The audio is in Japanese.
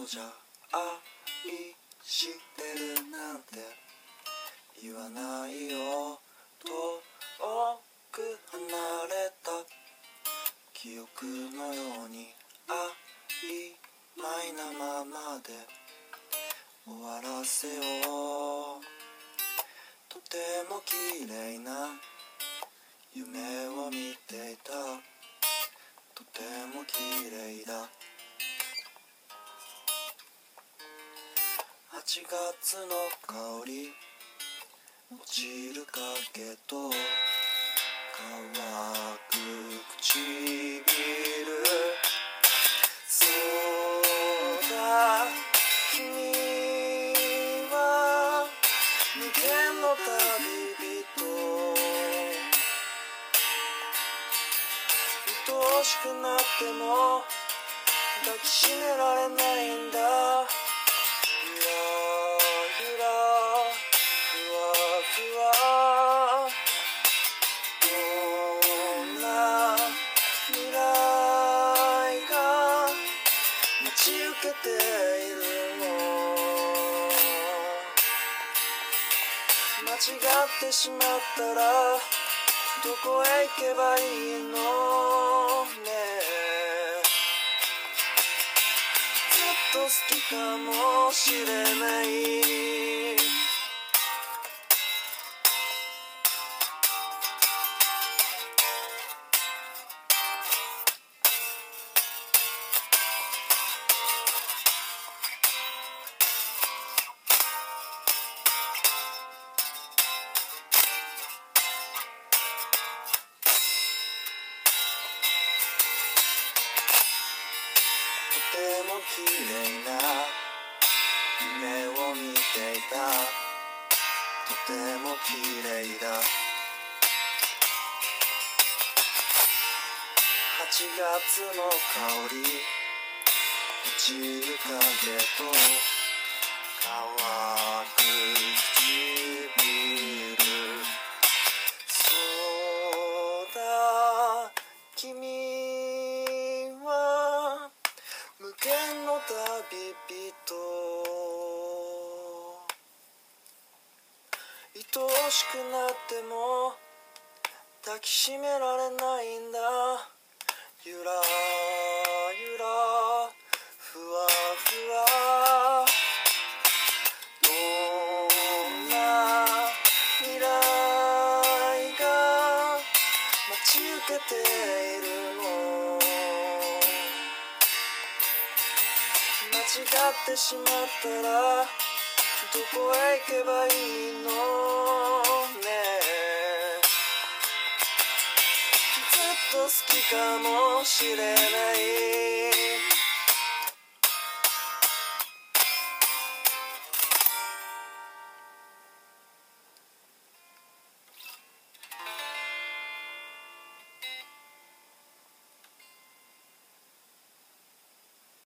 とじゃ愛してるなんて言わないよ。遠く離れた記憶のように曖昧なままで終わらせよう。とても綺麗な夢を見ていた。とても綺麗だ。8月の香り落ちる影と乾く唇。そうだ、君は無限の旅人。愛しくなっても抱きしめられないんだ。ゆらゆらふわふわ、どんな未来が待ち受けているの。間違ってしまったらどこへ行けばいいのね。ずっと好きかもしれない。とても綺麗な夢を見ていた。とても綺麗だ。8月の香り落ちる影と乾く唇。そうだ、君は無限の旅人。愛しくなっても抱きしめられないんだ。ゆらゆらふわふわ、どんな未来が待ち受けているの。間違ってしまったらどこへ行けばいいのね。ずっと好きかもしれない。